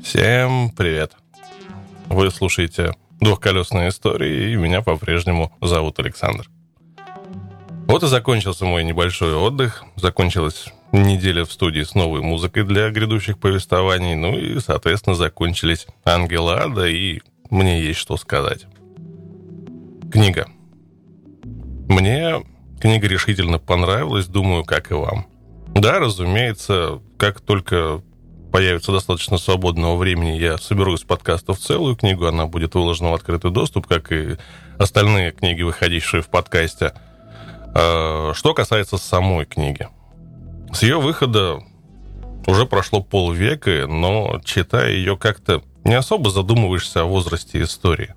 Всем привет! Вы слушаете «Двухколесные истории», и меня по-прежнему зовут Александр. Вот и закончился мой небольшой отдых. Закончилась неделя в студии с новой музыкой для грядущих повествований. Ну и, соответственно, закончились «Ангелы ада», и мне есть что сказать. Книга. Мне книга решительно понравилась, думаю, как и вам. Да, разумеется, как только появится достаточно свободного времени, я соберу из подкастов целую книгу, она будет выложена в открытый доступ, как и остальные книги, выходившие в подкасте. Что касается самой книги. С ее выхода уже прошло полвека, но, читая ее, как-то не особо задумываешься о возрасте истории.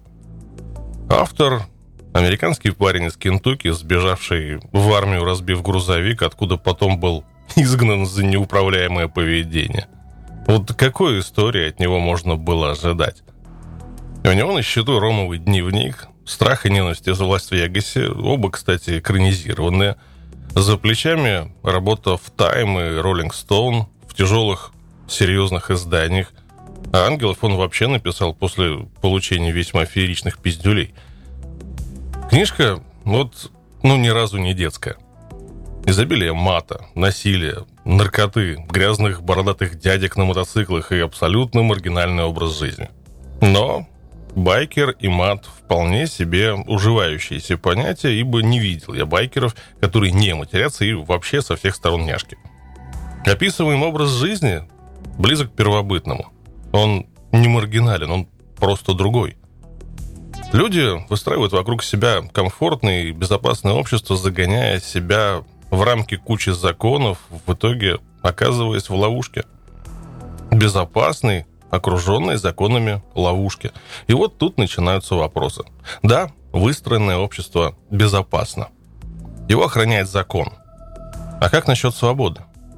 Автор — американский парень из Кентукки, сбежавший в армию, разбив грузовик, откуда потом был изгнан за неуправляемое поведение. Вот какой истории от него можно было ожидать? У него на счету ромовый дневник, «Страх и ненависть за власть в Вегасе», оба, кстати, экранизированные. За плечами работа в Time и Rolling Stone, в тяжелых, серьезных изданиях. А «Ангелов» он вообще написал после получения весьма фееричных пиздюлей. Книжка, ни разу не детская. Изобилие мата, насилия, наркоты, грязных бородатых дядек на мотоциклах и абсолютно маргинальный образ жизни. Но байкер и мат вполне себе уживающиеся понятия, ибо не видел я байкеров, которые не матерятся и вообще со всех сторон няшки. Описываемый образ жизни близок к первобытному. Он не маргинален, он просто другой. Люди выстраивают вокруг себя комфортное и безопасное общество, загоняя себя в рамки кучи законов, в итоге оказываясь в ловушке. Безопасной, окруженной законами ловушки. И вот тут начинаются вопросы. Да, выстроенное общество безопасно. Его охраняет закон. А как насчет свободы?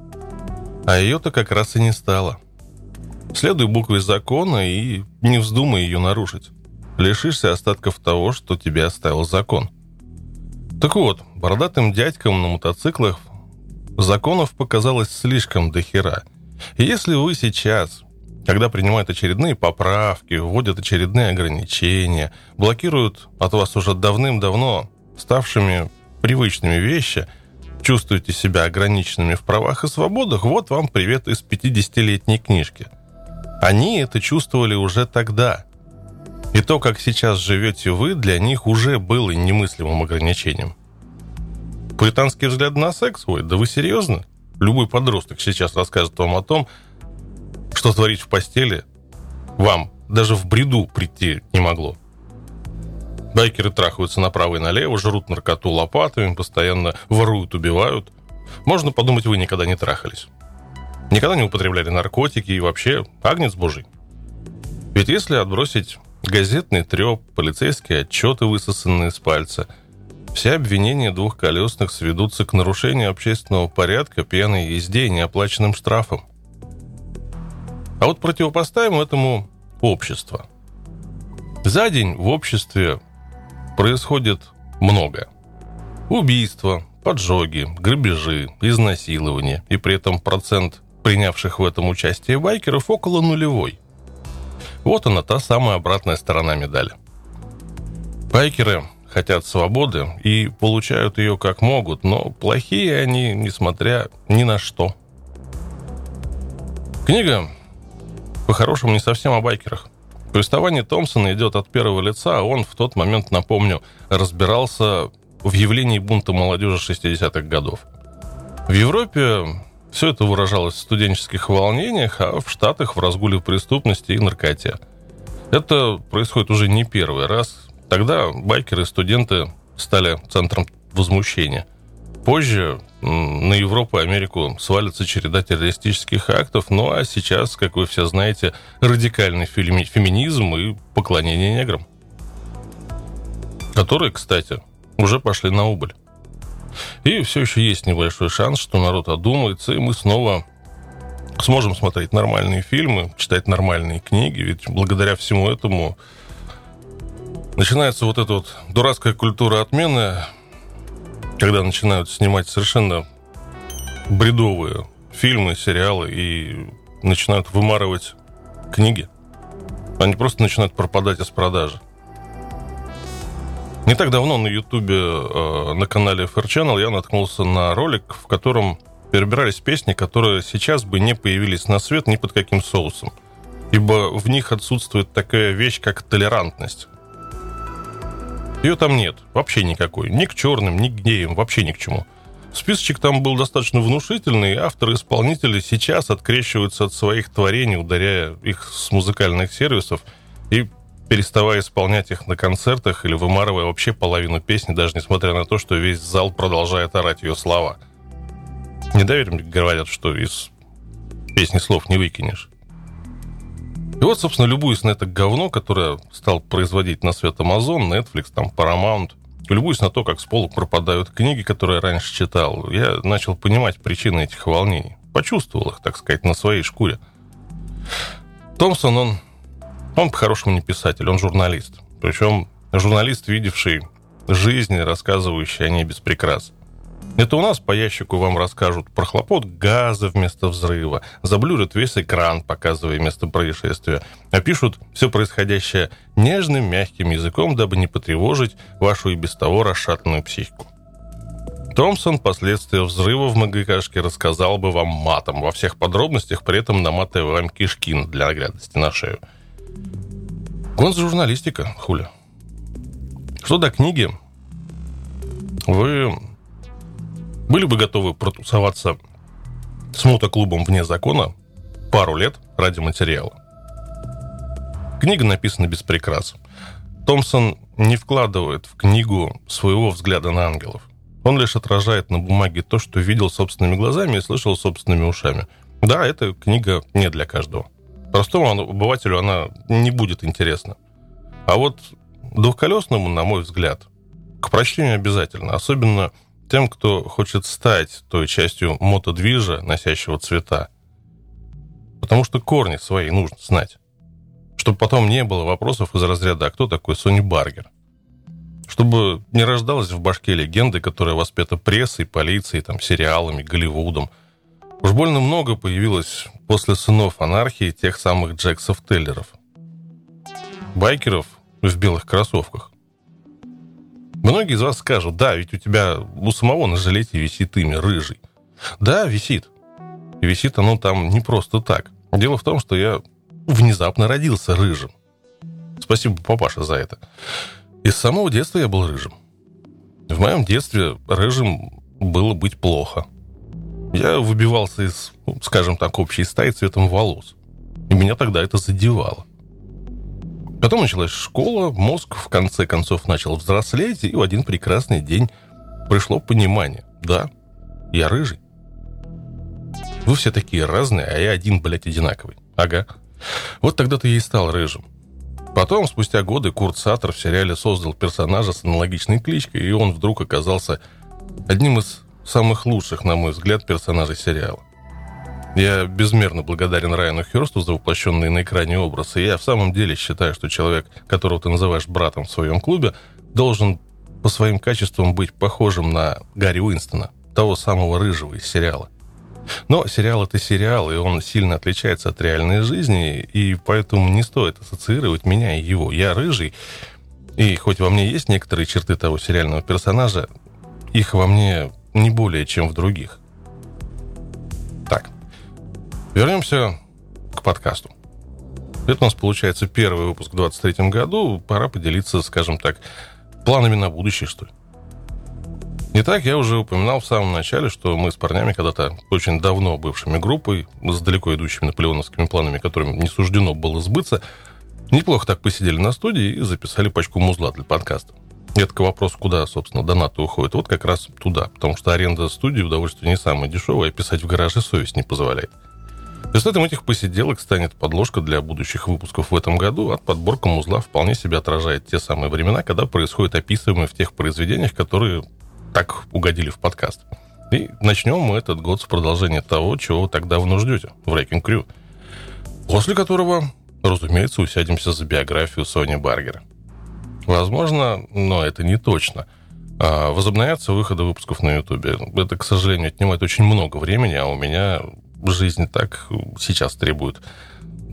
А ее-то как раз и не стало. Следуй букве закона и не вздумай ее нарушить. Лишишься остатков того, что тебе оставил закон. Так вот, бородатым дядькам на мотоциклах законов показалось слишком дохера. И если вы сейчас, когда принимают очередные поправки, вводят очередные ограничения, блокируют от вас уже давным-давно ставшими привычными вещи, чувствуете себя ограниченными в правах и свободах, вот вам привет из 50-летней книжки. Они это чувствовали уже тогда. И то, как сейчас живете вы, для них уже было немыслимым ограничением. Пуританский взгляд на секс? Ой, да вы серьезно? Любой подросток сейчас расскажет вам о том, что творить в постели вам даже в бреду прийти не могло. Байкеры трахаются направо и налево, жрут наркоту лопатами, постоянно воруют, убивают. Можно подумать, вы никогда не трахались. Никогда не употребляли наркотики и вообще агнец божий. Ведь если отбросить газетный треп, полицейские отчеты, высосанные из пальца, все обвинения двухколесных сведутся к нарушению общественного порядка, пьяной езде и неоплаченным штрафам. А вот противопоставим этому общество. За день в обществе происходит много. Убийства, поджоги, грабежи, изнасилования, и при этом процент принявших в этом участие байкеров около нулевой. Вот она, та самая обратная сторона медали. Байкеры хотят свободы и получают ее как могут, но плохие они, несмотря ни на что. Книга, по-хорошему, не совсем о байкерах. Повествование Томпсона идет от первого лица, а он в тот момент, напомню, разбирался в явлении бунта молодежи 60-х годов. В Европе все это выражалось в студенческих волнениях, а в Штатах в разгуле преступности и наркоте. Это происходит уже не первый раз. Тогда байкеры и студенты стали центром возмущения. Позже на Европу и Америку свалится череда террористических актов, ну а сейчас, как вы все знаете, радикальный феминизм и поклонение неграм, которые, кстати, уже пошли на убыль. И все еще есть небольшой шанс, что народ одумается, и мы снова сможем смотреть нормальные фильмы, читать нормальные книги, ведь благодаря всему этому начинается вот эта вот дурацкая культура отмены, когда начинают снимать совершенно бредовые фильмы, сериалы и начинают вымарывать книги. Они просто начинают пропадать из продажи. Не так давно на Ютубе, на канале FR Channel, я наткнулся на ролик, в котором перебирались песни, которые сейчас бы не появились на свет ни под каким соусом. Ибо в них отсутствует такая вещь, как толерантность. Ее там нет, вообще никакой. Ни к черным, ни к геям, вообще ни к чему. Списочек там был достаточно внушительный, и авторы-исполнители сейчас открещиваются от своих творений, ударяя их с музыкальных сервисов и переставая исполнять их на концертах или вымарывая вообще половину песни, даже несмотря на то, что весь зал продолжает орать ее слова. Недоверие говорят, что из песни слов не выкинешь. И вот, собственно, любуясь на это говно, которое стал производить на свет Amazon, Netflix, там, Paramount, любуясь на то, как с полок пропадают книги, которые я раньше читал, я начал понимать причины этих волнений. Почувствовал их, так сказать, на своей шкуре. Томпсон, он по-хорошему не писатель, он журналист. Причем журналист, видевший жизнь, рассказывающий о ней без прикрас. Это у нас по ящику вам расскажут про хлопот газа вместо взрыва, заблюрят весь экран, показывая место происшествия, опишут все происходящее нежным, мягким языком, дабы не потревожить вашу и без того расшатанную психику. Томпсон последствия взрыва в МГКшке рассказал бы вам матом, во всех подробностях, при этом наматывая вам кишки для наглядности на шею. Гонзо-журналистика, хуля. Что до книги, вы были бы готовы протусоваться с мотоклубом вне закона пару лет ради материала? Книга написана без прикрас. Томпсон не вкладывает в книгу своего взгляда на ангелов. Он лишь отражает на бумаге то, что видел собственными глазами и слышал собственными ушами. Да, эта книга не для каждого. Простому обывателю она не будет интересна. А вот двухколесному, на мой взгляд, к прочтению обязательно. Особенно тем, кто хочет стать той частью мотодвижа, носящего цвета. Потому что корни свои нужно знать. Чтобы потом не было вопросов из разряда «А кто такой Сони Баргер?». Чтобы не рождалась в башке легенды, которая воспета прессой, полицией, там, сериалами, Голливудом. Уж больно много появилось после «Сынов анархии» тех самых Джексов-Теллеров. Байкеров в белых кроссовках. Многие из вас скажут: да, ведь у тебя у самого на жилете висит имя Рыжий. Да, висит. И висит оно там не просто так. Дело в том, что я внезапно родился рыжим. Спасибо, папаша, за это. И с самого детства я был рыжим. В моем детстве рыжим было быть плохо. Я выбивался из, скажем так, общей стаи цветом волос. И меня тогда это задевало. Потом началась школа, мозг в конце концов начал взрослеть, и в один прекрасный день пришло понимание. Да, я рыжий. Вы все такие разные, а я один, блядь, одинаковый. Ага. Вот тогда-то я и стал рыжим. Потом, спустя годы, Курт Саттер в сериале создал персонажа с аналогичной кличкой, и он вдруг оказался одним из самых лучших, на мой взгляд, персонажей сериала. Я безмерно благодарен Райану Хёрсту за воплощенный на экране образ, и я в самом деле считаю, что человек, которого ты называешь братом в своем клубе, должен по своим качествам быть похожим на Гарри Уинстона, того самого рыжего из сериала. Но сериал — это сериал, и он сильно отличается от реальной жизни, и поэтому не стоит ассоциировать меня и его. Я рыжий, и хоть во мне есть некоторые черты того сериального персонажа, их во мне не более, чем в других. Так, вернемся к подкасту. Это у нас получается первый выпуск в 2023 году. Пора поделиться, скажем так, планами на будущее, что ли. Итак, я уже упоминал в самом начале, что мы с парнями когда-то очень давно бывшими группой, с далеко идущими наполеоновскими планами, которым не суждено было сбыться, неплохо так посидели на студии и записали пачку музла для подкаста. И это к вопросу, куда, собственно, донаты уходят. Вот как раз туда, потому что аренда студии удовольствие не самое дешевое, а писать в гараже совесть не позволяет. Результатом этих посиделок станет подложка для будущих выпусков в этом году, а подборка музла вполне себе отражает те самые времена, когда происходит описываемое в тех произведениях, которые так угодили в подкаст. И начнем мы этот год с продолжения того, чего вы так давно ждете, Wrecking Crew. После которого, разумеется, усядемся за биографию Сони Баргера. Возможно, но это не точно, возобновятся выходы выпусков на Ютубе. Это, к сожалению, отнимает очень много времени, а у меня жизнь так сейчас требует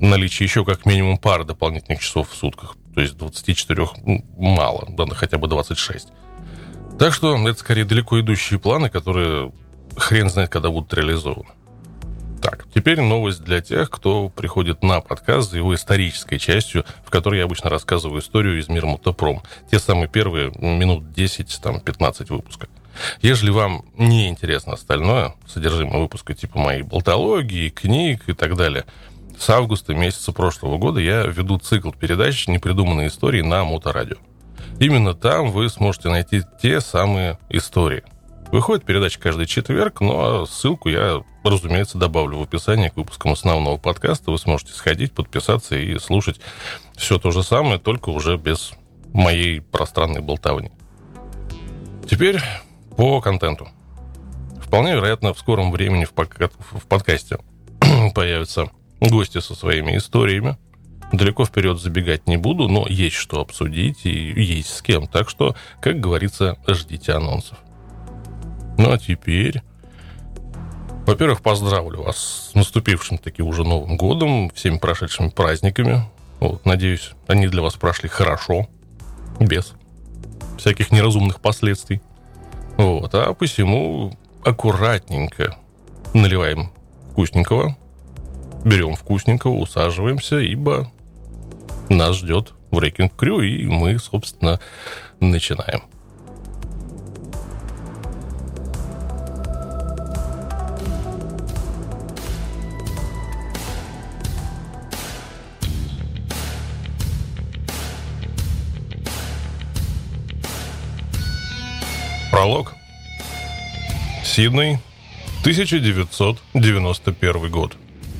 наличие еще как минимум пары дополнительных часов в сутках. То есть 24 мало, надо хотя бы 26. Так что это скорее далеко идущие планы, которые хрен знает, когда будут реализованы. Так, теперь новость для тех, кто приходит на подкаст за его исторической частью, в которой я обычно рассказываю историю из мира мотопром. Те самые первые минут 10-15 выпуска. Если вам не интересно остальное, содержимое выпуска типа моей болтологии, книг и так далее, с августа месяца прошлого года я веду цикл передач «Непридуманные истории» на Моторадио. Именно там вы сможете найти те самые истории. Выходит передача каждый четверг, но ссылку я, разумеется, добавлю в описании к выпускам основного подкаста. Вы сможете сходить, подписаться и слушать все то же самое, только уже без моей пространной болтовни. Теперь по контенту. Вполне вероятно, в скором времени в подкасте появятся гости со своими историями. Далеко вперед забегать не буду, но есть что обсудить и есть с кем. Так что, как говорится, ждите анонсов. Ну, а теперь... Во-первых, поздравлю вас с наступившим таки уже Новым годом, всеми прошедшими праздниками. Вот, надеюсь, они для вас прошли хорошо, без всяких неразумных последствий. Вот, а посему аккуратненько наливаем вкусненького, берем вкусненького, усаживаемся, ибо нас ждет Wrecking Crew, и мы, собственно, начинаем. Пролог. Сидней, 1991 год.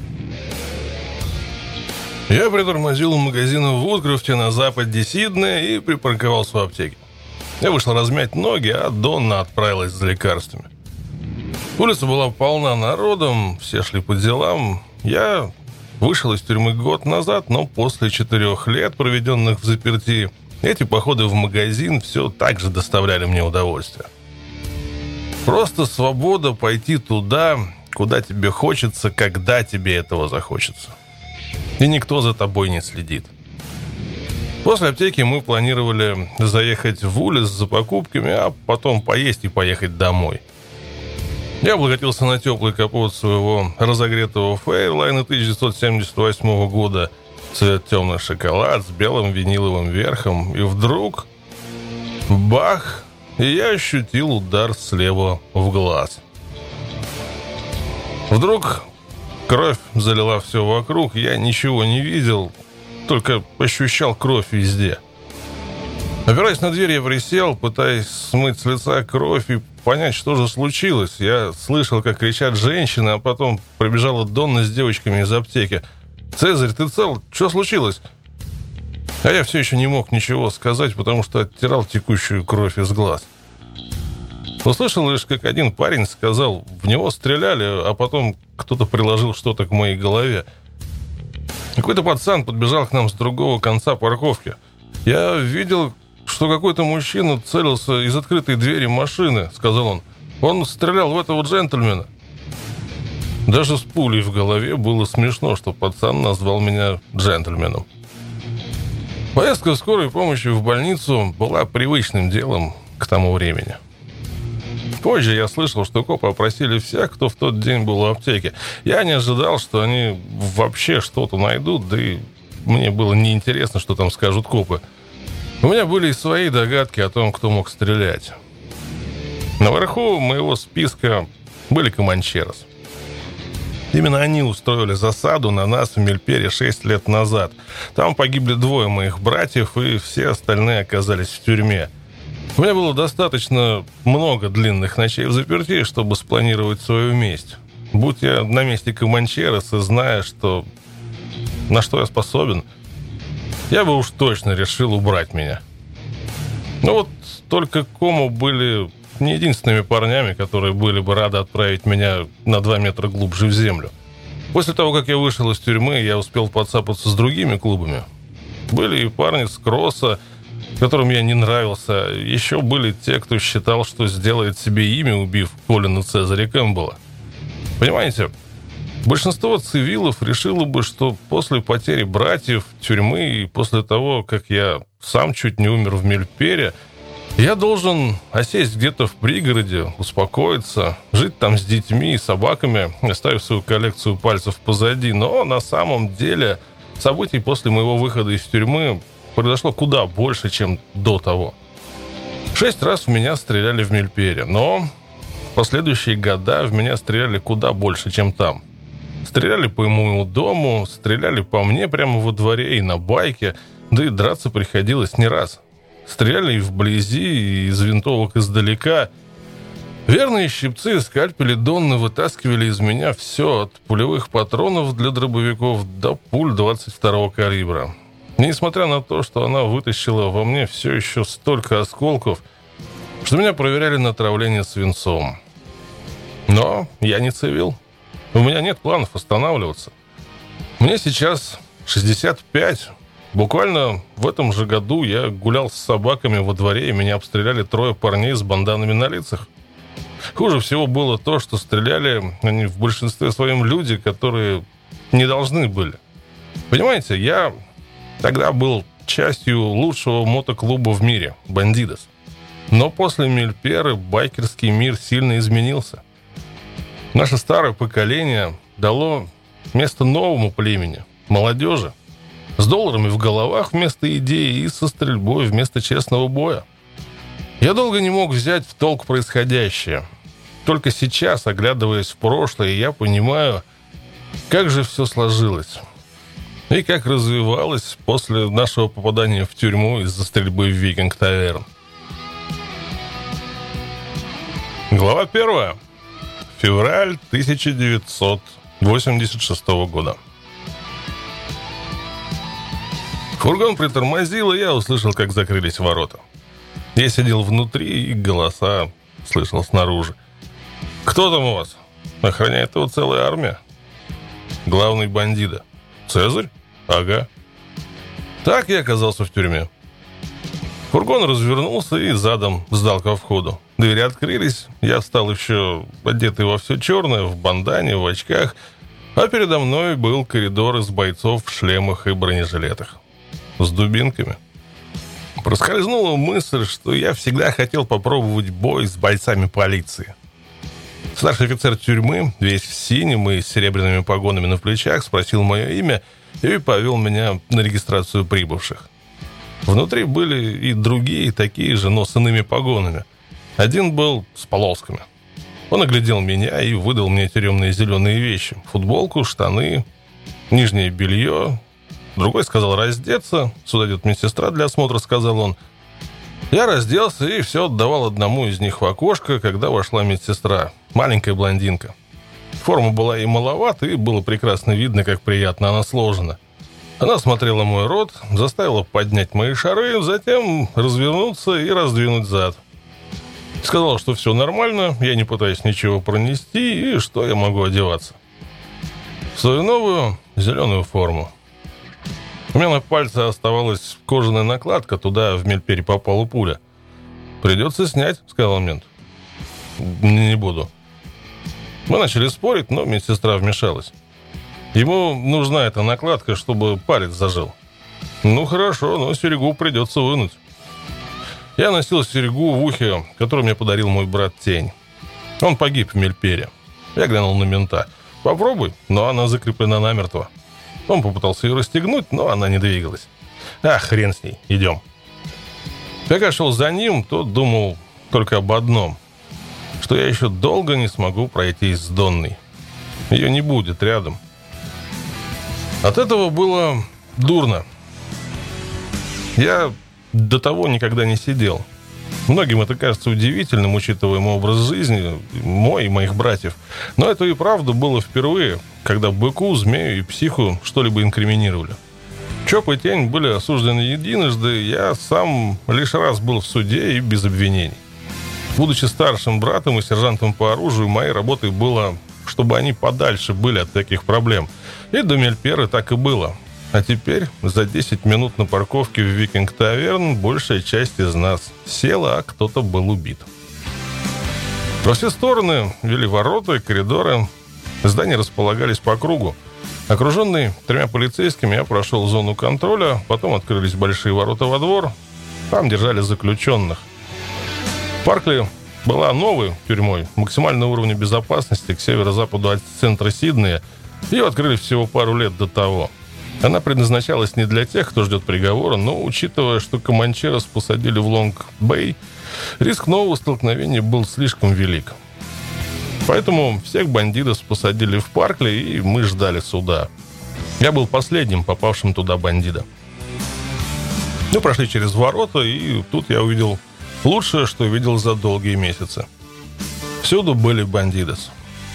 Я притормозил у магазина в Вудкрофте на западе Сиднея и припарковался в аптеке. Я вышел размять ноги, а Донна отправилась за лекарствами. Улица была полна народом, все шли по делам. Я вышел из тюрьмы год назад, но после 4 лет, проведенных в заперти, эти походы в магазин все так же доставляли мне удовольствие. Просто свобода пойти туда, куда тебе хочется, когда тебе этого захочется. И никто за тобой не следит. После аптеки мы планировали заехать в Улис за покупками, а потом поесть и поехать домой. Я облокотился на теплый капот своего разогретого Фейрлайна 1978 года, цвет темный шоколад с белым виниловым верхом, и вдруг бах, и я ощутил удар слева в глаз. Вдруг кровь залила все вокруг, я ничего не видел, только ощущал кровь везде. Опираясь на дверь, я присел, пытаясь смыть с лица кровь и понять, что же случилось. Я слышал, как кричат женщины, а потом прибежала Донна с девочками из аптеки. «Цезарь, ты цел? Что случилось?» А я все еще не мог ничего сказать, потому что оттирал текущую кровь из глаз. Услышал лишь, как один парень сказал: «В него стреляли», а потом кто-то приложил что-то к моей голове. Какой-то пацан подбежал к нам с другого конца парковки. «Я видел, что какой-то мужчина целился из открытой двери машины», — сказал он. «Он стрелял в этого джентльмена». Даже с пулей в голове было смешно, что пацан назвал меня джентльменом. Поездка скорой помощи в больницу была привычным делом к тому времени. Позже я слышал, что копы опросили всех, кто в тот день был в аптеке. Я не ожидал, что они вообще что-то найдут, да и мне было неинтересно, что там скажут копы. У меня были и свои догадки о том, кто мог стрелять. Наверху моего списка были команчерос. Именно они устроили засаду на нас в Мельпере 6 лет назад. Там погибли 2 моих братьев, и все остальные оказались в тюрьме. У меня было достаточно много длинных ночей в заперти, чтобы спланировать свою месть. Будь я на месте команчероса, зная, на что я способен, я бы уж точно решил убрать меня. Но вот только Кому были не единственными парнями, которые были бы рады отправить меня на 2 метра глубже в землю. После того, как я вышел из тюрьмы, я успел подцапаться с другими клубами. Были и парни с кросса, которым я не нравился. Еще были те, кто считал, что сделает себе имя, убив Колина Цезаря Кэмпбелла. Понимаете, Большинство цивилов решило бы, что после потери братьев, тюрьмы и после того, как я сам чуть не умер в Мельпере, я должен осесть где-то в пригороде, успокоиться, жить там с детьми и собаками, оставив свою коллекцию пальцев позади. Но на самом деле событий после моего выхода из тюрьмы произошло куда больше, чем до того. 6 раз в меня стреляли в Мельпере, но в последующие года в меня стреляли куда больше, чем там. Стреляли по моему дому, стреляли по мне прямо во дворе и на байке, да и драться приходилось не раз. Стреляли и вблизи, и из винтовок издалека. Верные щипцы и скальпели Донны вытаскивали из меня все, от пулевых патронов для дробовиков до пуль 22-го калибра. Несмотря на то, что она вытащила во мне все еще столько осколков, что меня проверяли на отравление свинцом. Но я не цивил. У меня нет планов останавливаться. Мне сейчас 65. Буквально в этом же году я гулял с собаками во дворе, и меня обстреляли 3 парней с банданами на лицах. Хуже всего было то, что стреляли они в большинстве своем люди, которые не должны были. Понимаете, я тогда был частью лучшего мотоклуба в мире – «Бандидос». Но после Мельперы байкерский мир сильно изменился. Наше старое поколение дало место новому племени, молодежи, с долларами в головах вместо идеи и со стрельбой вместо честного боя. Я долго не мог взять в толк происходящее. Только сейчас, оглядываясь в прошлое, я понимаю, как же все сложилось. И как развивалось после нашего попадания в тюрьму из-за стрельбы в Викинг-таверн. Глава 1. Февраль 1986 года. Фургон притормозил, и я услышал, как закрылись ворота. Я сидел внутри, и голоса слышал снаружи. «Кто там у вас? Охраняет его целая армия?» «Главный бандида». «Цезарь?» «Ага». Так я оказался в тюрьме. Фургон развернулся и задом сдал ко входу. Двери открылись, я встал еще одетый во все черное, в бандане, в очках, а передо мной был коридор из бойцов в шлемах и бронежилетах. С дубинками. Проскользнула мысль, что я всегда хотел попробовать бой с бойцами полиции. Старший офицер тюрьмы, весь в синем и с серебряными погонами на плечах, спросил мое имя и повел меня на регистрацию прибывших. Внутри были и другие, такие же, но с иными погонами. Один был с полосками. Он оглядел меня и выдал мне тюремные зеленые вещи. Футболку, штаны, нижнее белье. Другой сказал раздеться. «Сюда идет медсестра для осмотра», — сказал он. Я разделся и все отдавал одному из них в окошко, когда вошла медсестра. Маленькая блондинка. Форма была ей маловата, и было прекрасно видно, как приятно она сложена. Она осмотрела мой рот, заставила поднять мои шары, затем развернуться и раздвинуть зад. Сказала, что все нормально, я не пытаюсь ничего пронести, и что я могу одеваться. В свою новую зеленую форму. У меня на пальце оставалась кожаная накладка, туда в Мельпере попала пуля. «Придется снять», — сказал мент. «Не буду». Мы начали спорить, но медсестра вмешалась. Ему нужна эта накладка, чтобы палец зажил. Ну хорошо, но серьгу придется вынуть. Я носил серьгу в ухе, которую мне подарил мой брат Тень. Он погиб в Мельпере. Я глянул на мента. Попробуй, но она закреплена намертво. Он попытался ее расстегнуть, но она не двигалась. Хрен с ней, идем. Пока шел за ним, тот думал только об одном, что я еще долго не смогу пройтись с Донной. Ее не будет рядом. От этого было дурно. Я до того никогда не сидел. Многим это кажется удивительным, учитывая мой образ жизни, мой и моих братьев. Но это и правда было впервые, когда быку, змею и психу что-либо инкриминировали. Чоп и Тень были осуждены единожды, я сам лишь раз был в суде и без обвинений. Будучи старшим братом и сержантом по оружию, моей работой было, чтобы они подальше были от таких проблем. И до Мельперы так и было. А теперь за 10 минут на парковке в Викинг-таверн большая часть из нас села, а кто-то был убит. Во все стороны вели ворота и коридоры. Здания располагались по кругу. Окруженный 3 полицейскими, я прошел зону контроля, потом открылись большие ворота во двор. Там держали заключенных. Паркли была новой тюрьмой, максимального уровня безопасности к северо-западу от центра Сиднея. Ее открыли всего пару лет до того. Она предназначалась не для тех, кто ждет приговора, но, учитывая, что Команчерос посадили в Лонг-Бэй, риск нового столкновения был слишком велик. Поэтому всех бандитов посадили в Паркли, и мы ждали суда. Я был последним попавшим туда бандитом. Мы прошли через ворота, и тут я увидел лучшее, что видел за долгие месяцы. Всюду были бандитос.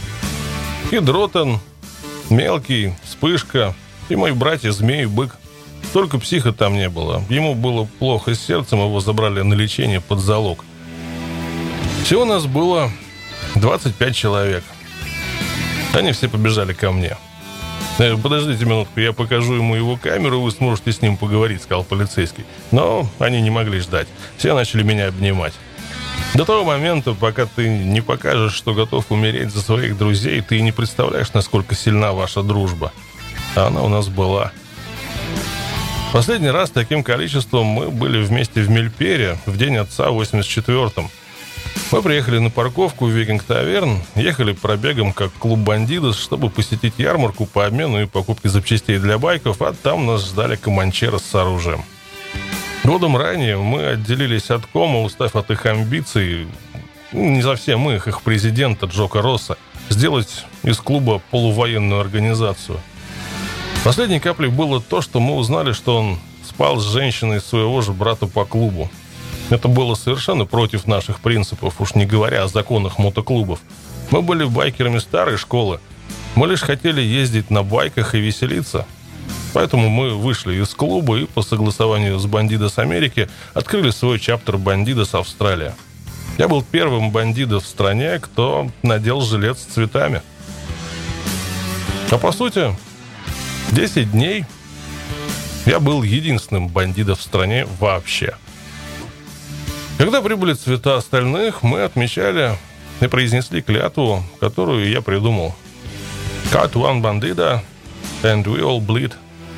И Дротен, Мелкий, Вспышка, и мои братья Змей и Бык. Только психа там не было. Ему было плохо с сердцем, его забрали на лечение под залог. Всего нас было 25 человек. Они все побежали ко мне. «Подождите минутку, я покажу ему его камеру, вы сможете с ним поговорить», — сказал полицейский. Но они не могли ждать. Все начали меня обнимать. До того момента, пока ты не покажешь, что готов умереть за своих друзей, ты не представляешь, насколько сильна ваша дружба. А она у нас была. Последний раз таким количеством мы были вместе в Мельпере в день отца в 84-м. Мы приехали на парковку в Викинг Таверн, ехали пробегом как клуб бандитов, чтобы посетить ярмарку по обмену и покупке запчастей для байков, а там нас ждали Команчерос с оружием. Годом ранее мы отделились от Кома, устав от их амбиций, не совсем их президента Джока Росса, сделать из клуба полувоенную организацию. Последней каплей было то, что мы узнали, что он спал с женщиной своего же брата по клубу. Это было совершенно против наших принципов, уж не говоря о законах мотоклубов. Мы были байкерами старой школы. Мы лишь хотели ездить на байках и веселиться. Поэтому мы вышли из клуба и по согласованию с Бандидос Америки открыли свой чаптер Бандидос Австралия. Я был первым бандитом в стране, кто надел жилет с цветами. А по сути, 10 дней я был единственным бандитом в стране вообще. Когда прибыли цвета остальных, мы отмечали и произнесли клятву, которую я придумал. Cut one bandida and we all bleed.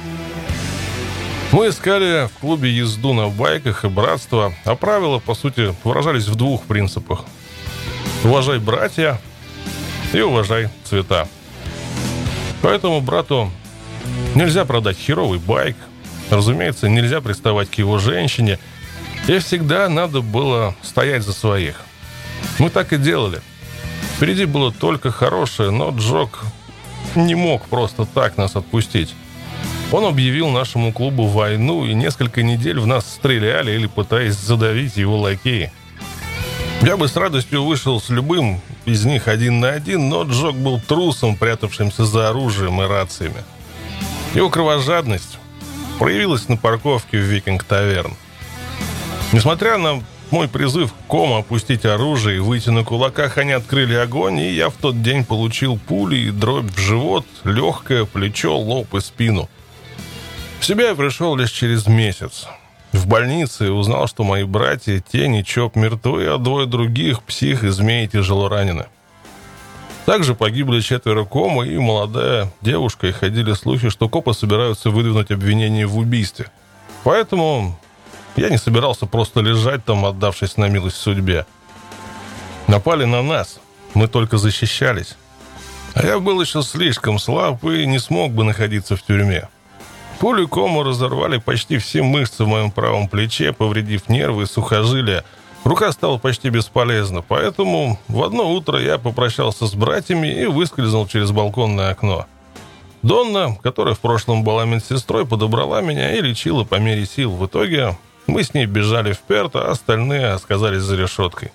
Мы искали в клубе езду на байках и братство, а правила, по сути, выражались в 2 принципах. Уважай братья и уважай цвета. Поэтому брату нельзя продать херовый байк, разумеется, нельзя приставать к его женщине, и всегда надо было стоять за своих. Мы так и делали. Впереди было только хорошее, но Джок не мог просто так нас отпустить. Он объявил нашему клубу войну, и несколько недель в нас стреляли или пытаясь задавить его лакеи. Я бы с радостью вышел с любым из них 1 на 1, но Джок был трусом, прятавшимся за оружием и рациями. Его кровожадность проявилась на парковке в Викинг Таверн. Несмотря на мой призыв к Кому опустить оружие и выйти на кулаках, они открыли огонь, и я в тот день получил пули и дробь в живот, легкое, плечо, лоб и спину. В себя я пришел лишь через месяц. В больнице узнал, что мои братья Тень и Чоп мертвы, а 2 других, Псих и Змей, тяжело ранены. Также погибли 4 Кома и молодая девушка, и ходили слухи, что копы собираются выдвинуть обвинение в убийстве. Поэтому я не собирался просто лежать там, отдавшись на милость судьбе. Напали на нас, мы только защищались. А я был еще слишком слаб и не смог бы находиться в тюрьме. Пули Кому разорвали почти все мышцы в моем правом плече, повредив нервы и сухожилия. Рука стала почти бесполезна, поэтому в одно утро я попрощался с братьями и выскользнул через балконное окно. Донна, которая в прошлом была медсестрой, подобрала меня и лечила по мере сил. В итоге мы с ней бежали в Перт, а остальные оказались за решеткой.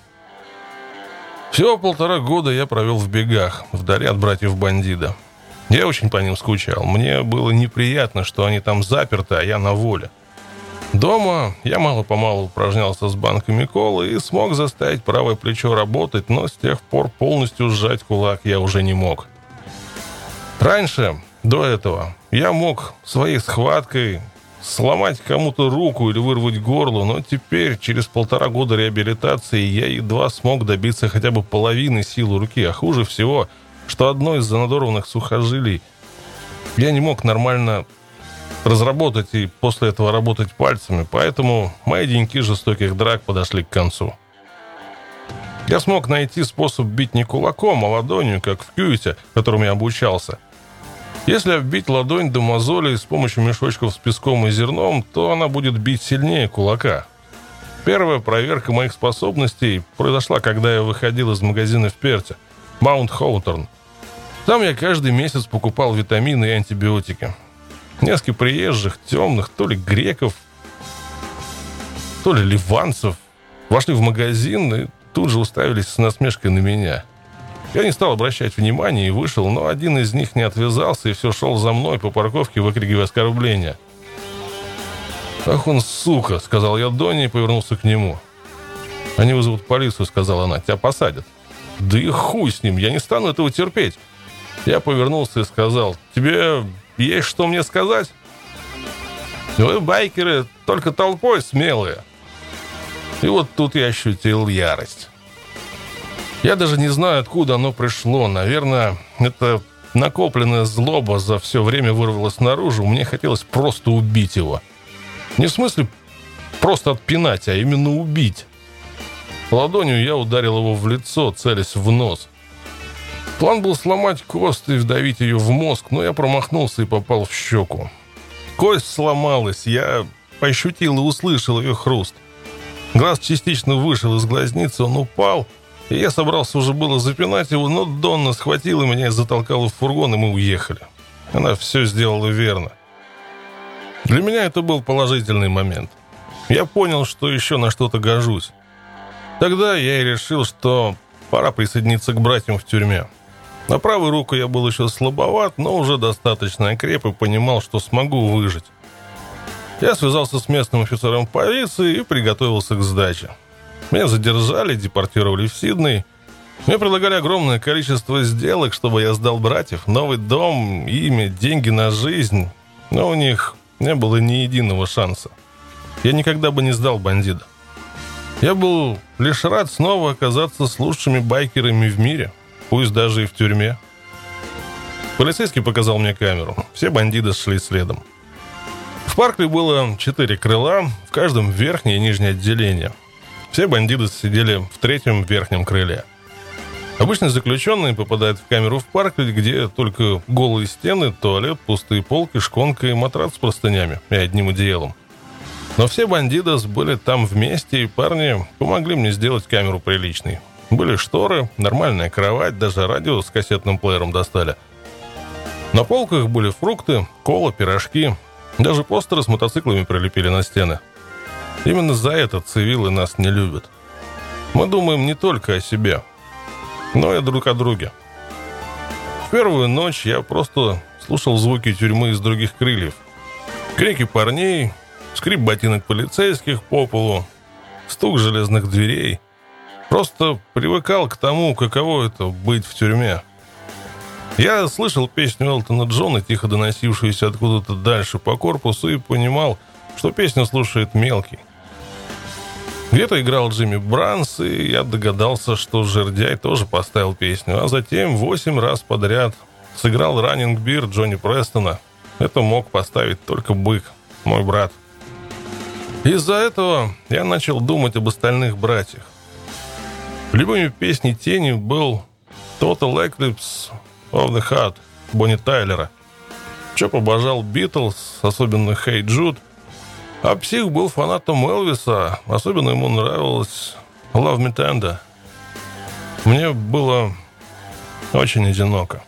Всего 1,5 года я провел в бегах, вдали от братьев Бандида. Я очень по ним скучал. Мне было неприятно, что они там заперты, а я на воле. Дома я мало-помалу упражнялся с банками колы и смог заставить правое плечо работать, но с тех пор полностью сжать кулак я уже не мог. Раньше, до этого, я мог своей схваткой сломать кому-то руку или вырвать горло, но теперь, через 1,5 года реабилитации, я едва смог добиться хотя бы половины силы руки, а хуже всего, что одно из надорванных сухожилий я не мог нормально разработать и после этого работать пальцами, поэтому мои деньки жестоких драк подошли к концу. Я смог найти способ бить не кулаком, а ладонью, как в кювете, которому я обучался. Если оббить ладонь до мозолей с помощью мешочков с песком и зерном, то она будет бить сильнее кулака. Первая проверка моих способностей произошла, когда я выходил из магазина в Перте, Маунт Хоуторн. Там я каждый месяц покупал витамины и антибиотики. Несколько приезжих, темных, то ли греков, то ли ливанцев, вошли в магазин и тут же уставились с насмешкой на меня. Я не стал обращать внимания и вышел, но один из них не отвязался и все шел за мной по парковке, выкрикивая оскорбления. «Ах он, сука!» — сказал я Донни и повернулся к нему. «Они вызовут полицию», — сказала она, — «тебя посадят». «Да и хуй с ним, я не стану этого терпеть». Я повернулся и сказал: «Тебе есть что мне сказать? Вы, байкеры, только толпой смелые». И вот тут я ощутил ярость. Я даже не знаю, откуда оно пришло. Наверное, это накопленная злоба за все время вырвалась наружу. Мне хотелось просто убить его. Не в смысле просто отпинать, а именно убить. Ладонью я ударил его в лицо, целясь в нос. План был сломать кость и вдавить ее в мозг, но я промахнулся и попал в щеку. Кость сломалась, я ощутил и услышал ее хруст. Глаз частично вышел из глазницы, он упал, и я собрался уже было запинать его, но Донна схватила меня и затолкала в фургон, и мы уехали. Она все сделала верно. Для меня это был положительный момент. Я понял, что еще на что-то гожусь. Тогда я и решил, что пора присоединиться к братьям в тюрьме. На правую руку я был еще слабоват, но уже достаточно окреп и понимал, что смогу выжить. Я связался с местным офицером полиции и приготовился к сдаче. Меня задержали, депортировали в Сидней. Мне предлагали огромное количество сделок, чтобы я сдал братьев. Новый дом, имя, деньги на жизнь. Но у них не было ни единого шанса. Я никогда бы не сдал бандита. Я был лишь рад снова оказаться с лучшими байкерами в мире, пусть даже и в тюрьме. Полицейский показал мне камеру. Все бандиты шли следом. В парке было 4 крыла, в каждом верхнее и нижнее отделение. Все бандиты сидели в 3-м верхнем крыле. Обычно заключенные попадают в камеру в парке, где только голые стены, туалет, пустые полки, шконка и матрас с простынями и одним одеялом. Но все бандиты были там вместе, и парни помогли мне сделать камеру приличной. Были шторы, нормальная кровать, даже радио с кассетным плеером достали. На полках были фрукты, кола, пирожки. Даже постеры с мотоциклами прилепили на стены. Именно за это цивилы нас не любят. Мы думаем не только о себе, но и друг о друге. В первую ночь я просто слушал звуки тюрьмы из других крыльев. Крики парней, скрип ботинок полицейских по полу, стук железных дверей. Просто привыкал к тому, каково это быть в тюрьме. Я слышал песню Элтона Джона, тихо доносившуюся откуда-то дальше по корпусу, и понимал, что песню слушает мелкий. Где-то играл Джимми Бранс, и я догадался, что жердяй тоже поставил песню, а затем 8 раз подряд сыграл «Раннинг Бир» Джонни Престона. Это мог поставить только Бык, мой брат. Из-за этого я начал думать об остальных братьях. Любыми песней тени был «Total Eclipse of the Heart» Бонни Тайлера. Чоп обожал Битлз, особенно «Hey Jude», а Псих был фанатом Элвиса, особенно ему нравилось «Love Me Tender». Мне было очень одиноко.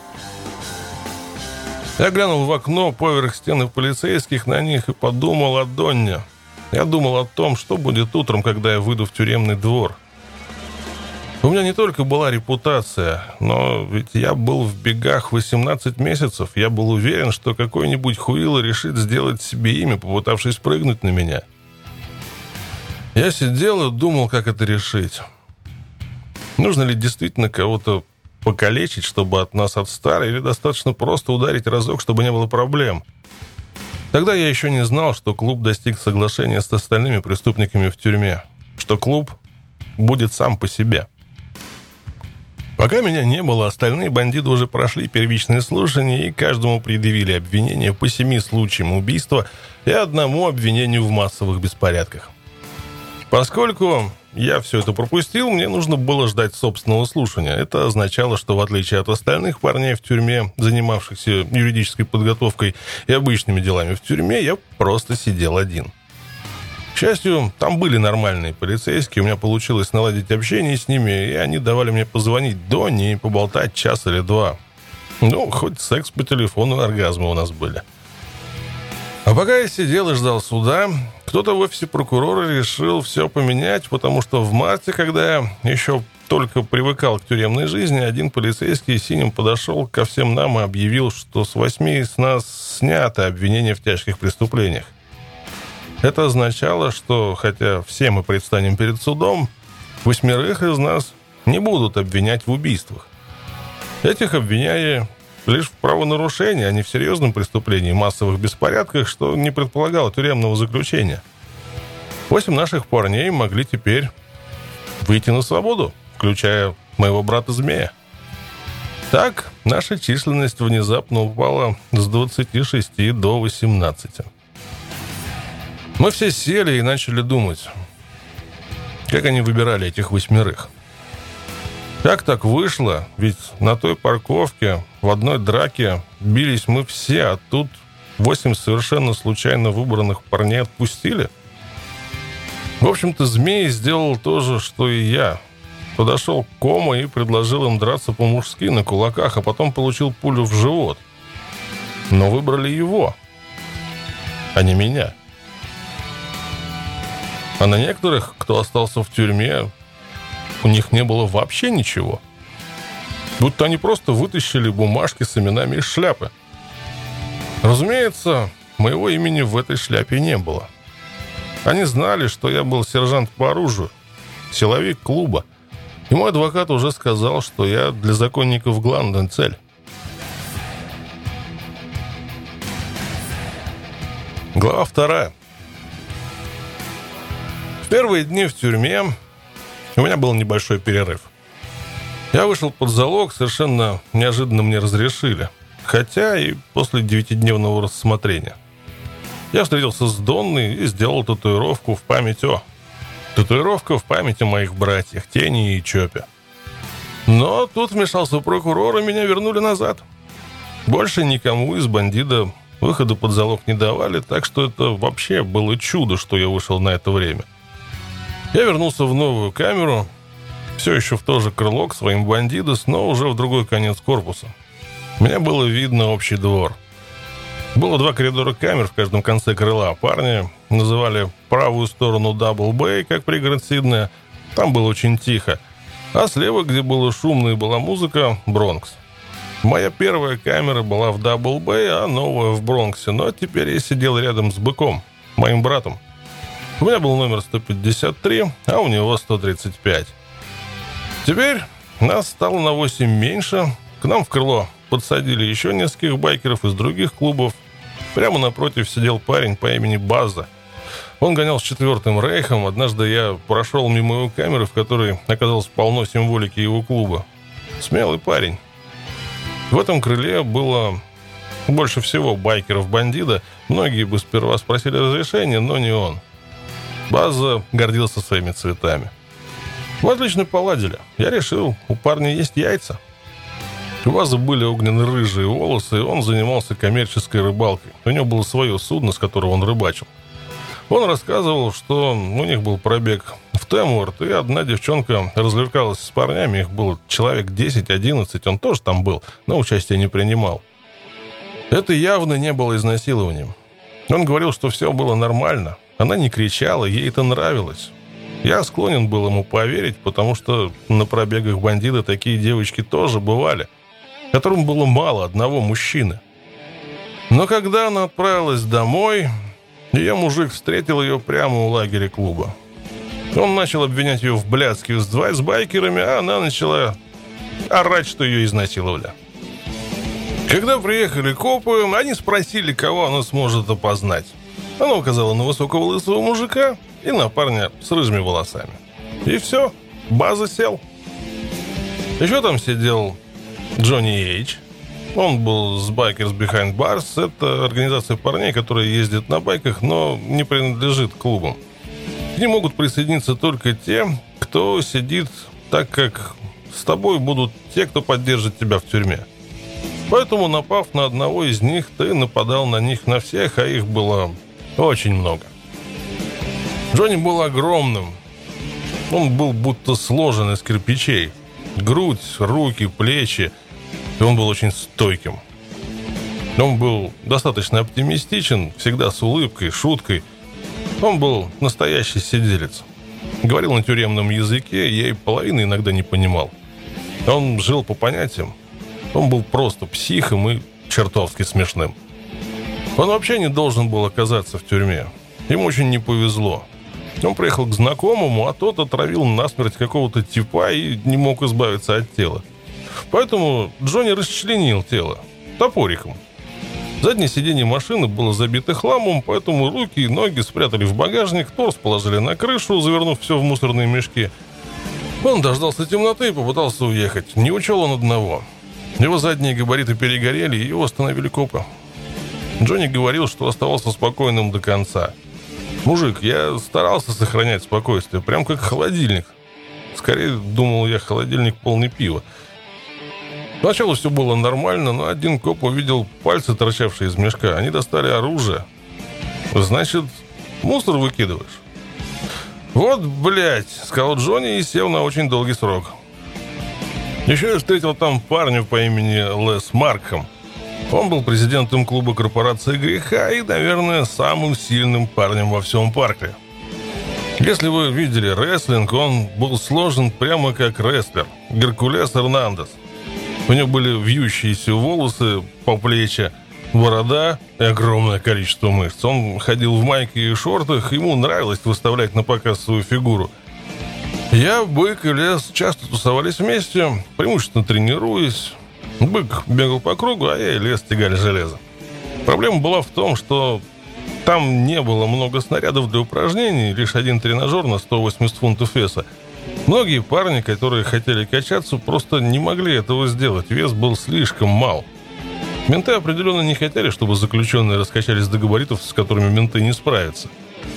Я глянул в окно поверх стены полицейских на них и подумал о Донне. Я думал о том, что будет утром, когда я выйду в тюремный двор. У меня не только была репутация, но ведь я был в бегах 18 месяцев. Я был уверен, что какой-нибудь хуило решит сделать себе имя, попытавшись прыгнуть на меня. Я сидел и думал, как это решить. Нужно ли действительно кого-то покалечить, чтобы от нас отстали, или достаточно просто ударить разок, чтобы не было проблем? Тогда я еще не знал, что клуб достиг соглашения с остальными преступниками в тюрьме, что клуб будет сам по себе. Пока меня не было, остальные бандиты уже прошли первичное слушание и каждому предъявили обвинение по 7 случаям убийства и 1 обвинению в массовых беспорядках. Поскольку я все это пропустил, мне нужно было ждать собственного слушания. Это означало, что в отличие от остальных парней в тюрьме, занимавшихся юридической подготовкой и обычными делами в тюрьме, я просто сидел один. К счастью, там были нормальные полицейские, у меня получилось наладить общение с ними, и они давали мне позвонить Донне и поболтать 1 или 2. Хоть секс по телефону и оргазмы у нас были. А пока я сидел и ждал суда, кто-то в офисе прокурора решил все поменять, потому что в марте, когда я еще только привыкал к тюремной жизни, один полицейский синим подошел ко всем нам и объявил, что с 8 из нас снято обвинение в тяжких преступлениях. Это означало, что, хотя все мы предстанем перед судом, 8 из нас не будут обвинять в убийствах. Этих обвиняли лишь в правонарушении, а не в серьезном преступлении, массовых беспорядках, что не предполагало тюремного заключения. 8 наших парней могли теперь выйти на свободу, включая моего брата-змея. Так, наша численность внезапно упала с 26 до 18. Мы все сели и начали думать, как они выбирали этих 8. Как так вышло? Ведь на той парковке в одной драке бились мы все, а тут 8 совершенно случайно выбранных парней отпустили. В общем-то, Змей сделал то же, что и я. Подошел к Кома и предложил им драться по-мужски на кулаках, а потом получил пулю в живот. Но выбрали его, а не меня. А на некоторых, кто остался в тюрьме, у них не было вообще ничего. Будто они просто вытащили бумажки с именами из шляпы. Разумеется, моего имени в этой шляпе не было. Они знали, что я был сержант по оружию, силовик клуба. И мой адвокат уже сказал, что я для законников главная цель. Глава 2. В первые дни в тюрьме у меня был небольшой перерыв. Я вышел под залог, совершенно неожиданно мне разрешили. Хотя и после 9-дневного рассмотрения. Я встретился с Донной и сделал татуировку в память о... Татуировка в память о моих братьях, Тени и Чопе. Но тут вмешался прокурор, и меня вернули назад. Больше никому из бандитов выхода под залог не давали, так что это вообще было чудо, что я вышел на это время. Я вернулся в новую камеру, все еще в то же крыло к своим бандидос, но уже в другой конец корпуса. Мне было видно общий двор. Было 2 коридора камер в каждом конце крыла. Парни называли правую сторону Дабл Бэй, как пригород Сиднея. Там было очень тихо. А слева, где было шумно и была музыка, Бронкс. Моя первая камера была в Дабл Бэй, а новая в Бронксе. Но теперь я сидел рядом с Быком, моим братом. У меня был номер 153, а у него 135. Теперь нас стало на 8 меньше. К нам в крыло подсадили еще нескольких байкеров из других клубов. Прямо напротив сидел парень по имени База. Он гонял с 4-м Рейхом. Однажды я прошел мимо его камеры, в которой оказалось полно символики его клуба. Смелый парень. В этом крыле было больше всего байкеров-бандита. Многие бы сперва спросили разрешения, но не он. База гордился своими цветами. Мы отлично поладили. Я решил, у парня есть яйца. У Базы были огненно-рыжие волосы, и он занимался коммерческой рыбалкой. У него было свое судно, с которого он рыбачил. Он рассказывал, что у них был пробег в Темуорт, и одна девчонка развлекалась с парнями, их было человек 10-11, он тоже там был, но участия не принимал. Это явно не было изнасилованием. Он говорил, что все было нормально. Она не кричала, ей это нравилось. Я склонен был ему поверить, потому что на пробегах бандита такие девочки тоже бывали, которым было мало одного мужчины. Но когда она отправилась домой, ее мужик встретил ее прямо у лагеря клуба. Он начал обвинять ее в блядстве с байкерами, а она начала орать, что ее изнасиловали. Когда приехали копы, они спросили, кого она сможет опознать. Она указала на высокого лысого мужика и на парня с рыжими волосами. И все, База сел. Еще там сидел Джонни Эйч. Он был с Bikers Behind Bars. Это организация парней, которые ездят на байках, но не принадлежит клубам. К ним могут присоединиться только те, кто сидит так, как с тобой будут те, кто поддержит тебя в тюрьме. Поэтому, напав на одного из них, ты нападал на них на всех, а их было очень много. Джонни был огромным. Он был будто сложен из кирпичей. Грудь, руки, плечи. И он был очень стойким. Он был достаточно оптимистичен, всегда с улыбкой, шуткой. Он был настоящий сиделец. Говорил на тюремном языке, я и половины иногда не понимал. Он жил по понятиям. Он был просто психом и чертовски смешным. Он вообще не должен был оказаться в тюрьме. Ему очень не повезло. Он приехал к знакомому, а тот отравил насмерть какого-то типа и не мог избавиться от тела. Поэтому Джонни расчленил тело топориком. Заднее сиденье машины было забито хламом, поэтому руки и ноги спрятали в багажник, торс положили на крышу, завернув все в мусорные мешки. Он дождался темноты и попытался уехать. Не учел он одного. Его задние габариты перегорели, и его остановили копы. Джонни говорил, что оставался спокойным до конца. «Мужик, я старался сохранять спокойствие, прям как холодильник. Скорее, думал я, холодильник полный пива. Сначала все было нормально, но один коп увидел пальцы, торчавшие из мешка. Они достали оружие. Значит, мусор выкидываешь?» «Вот, блядь», — сказал Джонни и сел на очень долгий срок. Еще я встретил там парня по имени Лес Маркхэм. Он был президентом клуба корпорации греха и, наверное, самым сильным парнем во всем парке. Если вы видели рестлинг, он был сложен прямо как рестлер Геркулес Эрнандес. У него были вьющиеся волосы по плечи, борода и огромное количество мышц. Он ходил в майке и шортах, ему нравилось выставлять на показ свою фигуру. Я, Бык и Лес часто тусовались вместе, преимущественно тренируясь. Бык бегал по кругу, а я и Лес тягали железо. Проблема была в том, что там не было много снарядов для упражнений, лишь один тренажер на 180 фунтов веса. Многие парни, которые хотели качаться, просто не могли этого сделать, вес был слишком мал. Менты определенно не хотели, чтобы заключенные раскачались до габаритов, с которыми менты не справятся.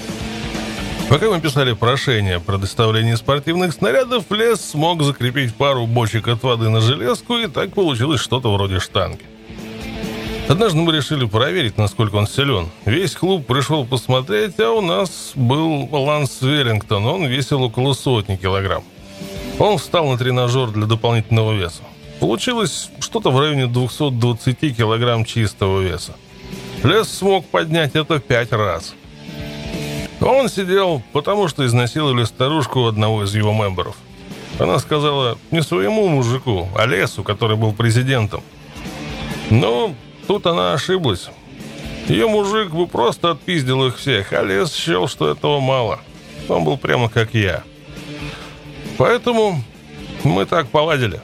Пока мы писали прошение о предоставлении спортивных снарядов, Лес смог закрепить пару бочек от воды на железку, и так получилось что-то вроде штанги. Однажды мы решили проверить, насколько он силен. Весь клуб пришел посмотреть, а у нас был Ланс Веллингтон, он весил около 100 килограмм. Он встал на тренажер для дополнительного веса. Получилось что-то в районе 220 килограмм чистого веса. Лес смог поднять это 5 раз. Он сидел, потому что изнасиловали старушку одного из его мемберов. Она сказала не своему мужику, а Лесу, который был президентом. Но тут она ошиблась. Ее мужик бы просто отпиздил их всех, а Лес счел, что этого мало. Он был прямо как я. Поэтому мы так поладили.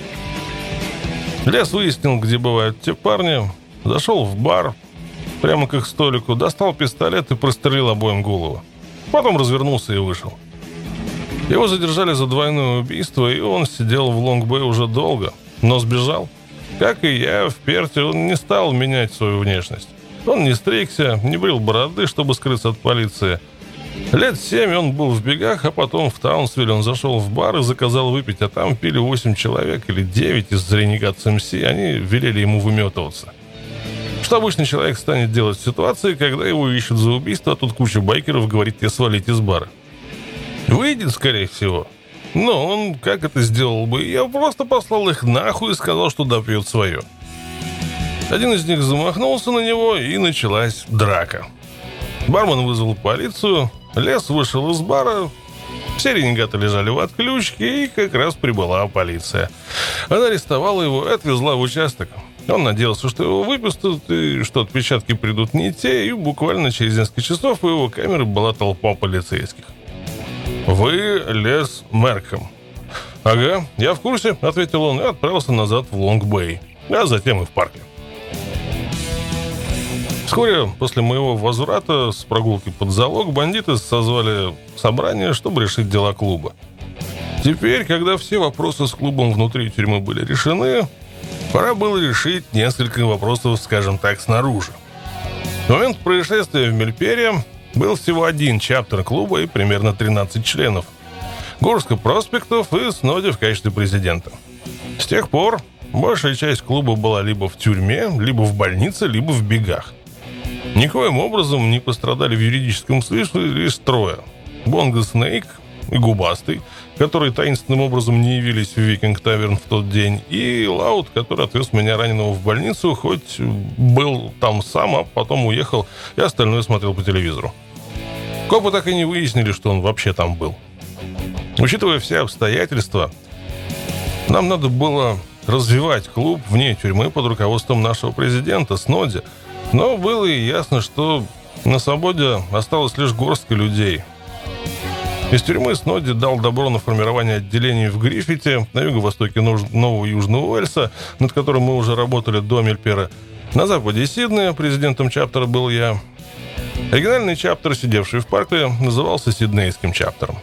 Лес выяснил, где бывают те парни, зашел в бар, прямо к их столику, достал пистолет и прострелил обоим голову. Потом развернулся и вышел. Его задержали за двойное убийство, и он сидел в Лонг-Бэй уже долго, но сбежал. Как и я, в Перте он не стал менять свою внешность. Он не стригся, не брил бороды, чтобы скрыться от полиции. Лет 7 он был в бегах, а потом в Таунсвилле он зашел в бар и заказал выпить, а там пили 8 человек или 9 из Renegades MC, они велели ему выметываться. Что обычный человек станет делать в ситуации, когда его ищут за убийство, а тут куча байкеров говорит тебе свалить из бара? Выйдет, скорее всего. Но он как это сделал бы? Я просто послал их нахуй и сказал, что допьет свое. Один из них замахнулся на него, и началась драка. Бармен вызвал полицию, Лес вышел из бара, все ренегаты лежали в отключке, и как раз прибыла полиция. Она арестовала его и отвезла в участок. Он надеялся, что его выпустят, и что отпечатки придут не те, и буквально через несколько часов у его камеры была толпа полицейских. «Вы Лес Маркхэм?» «Ага, я в курсе», — ответил он, и отправился назад в Лонг-Бэй, а затем и в парке. Вскоре после моего возврата с прогулки под залог бандиты созвали собрание, чтобы решить дела клуба. Теперь, когда все вопросы с клубом внутри тюрьмы были решены, пора было решить несколько вопросов, скажем так, снаружи. В момент происшествия в Мельпере был всего один чаптер клуба и примерно 13 членов. Горстка проспектов и Сноди в качестве президента. С тех пор большая часть клуба была либо в тюрьме, либо в больнице, либо в бегах. Никоим образом не пострадали в юридическом смысле лишь трое. Бонго Снейк и Губастый, которые таинственным образом не явились в Викинг Таверн в тот день, и Лаут, который отвез меня раненого в больницу, хоть был там сам, а потом уехал и остальное смотрел по телевизору. Копы так и не выяснили, что он вообще там был. Учитывая все обстоятельства, нам надо было развивать клуб вне тюрьмы под руководством нашего президента Сноди, но было и ясно, что на свободе осталось лишь горстка людей. Из тюрьмы Сноди дал добро на формирование отделений в Гриффите на юго-востоке Нового Южного Уэльса, над которым мы уже работали до Мельпера. На западе Сиднея президентом чаптера был я. Оригинальный чаптер, сидевший в Паркле, назывался Сиднейским чаптером.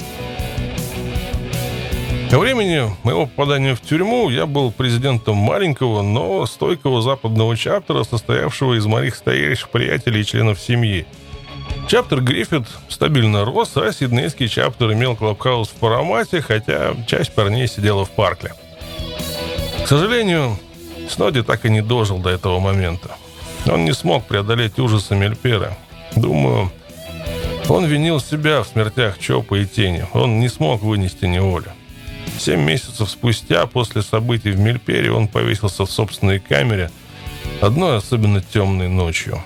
Ко времени моего попадания в тюрьму я был президентом маленького, но стойкого западного чаптера, состоявшего из моих стоящих приятелей и членов семьи. Чаптер Гриффит стабильно рос, а сиднейский чаптер имел клабхаус в Парамате, хотя часть парней сидела в Паркле. К сожалению, Сноди так и не дожил до этого момента. Он не смог преодолеть ужасы Мельпера. Думаю, он винил себя в смертях Чопа и Тени. Он не смог вынести неволи. 7 месяцев спустя, после событий в Мельпере, он повесился в собственной камере одной особенно темной ночью.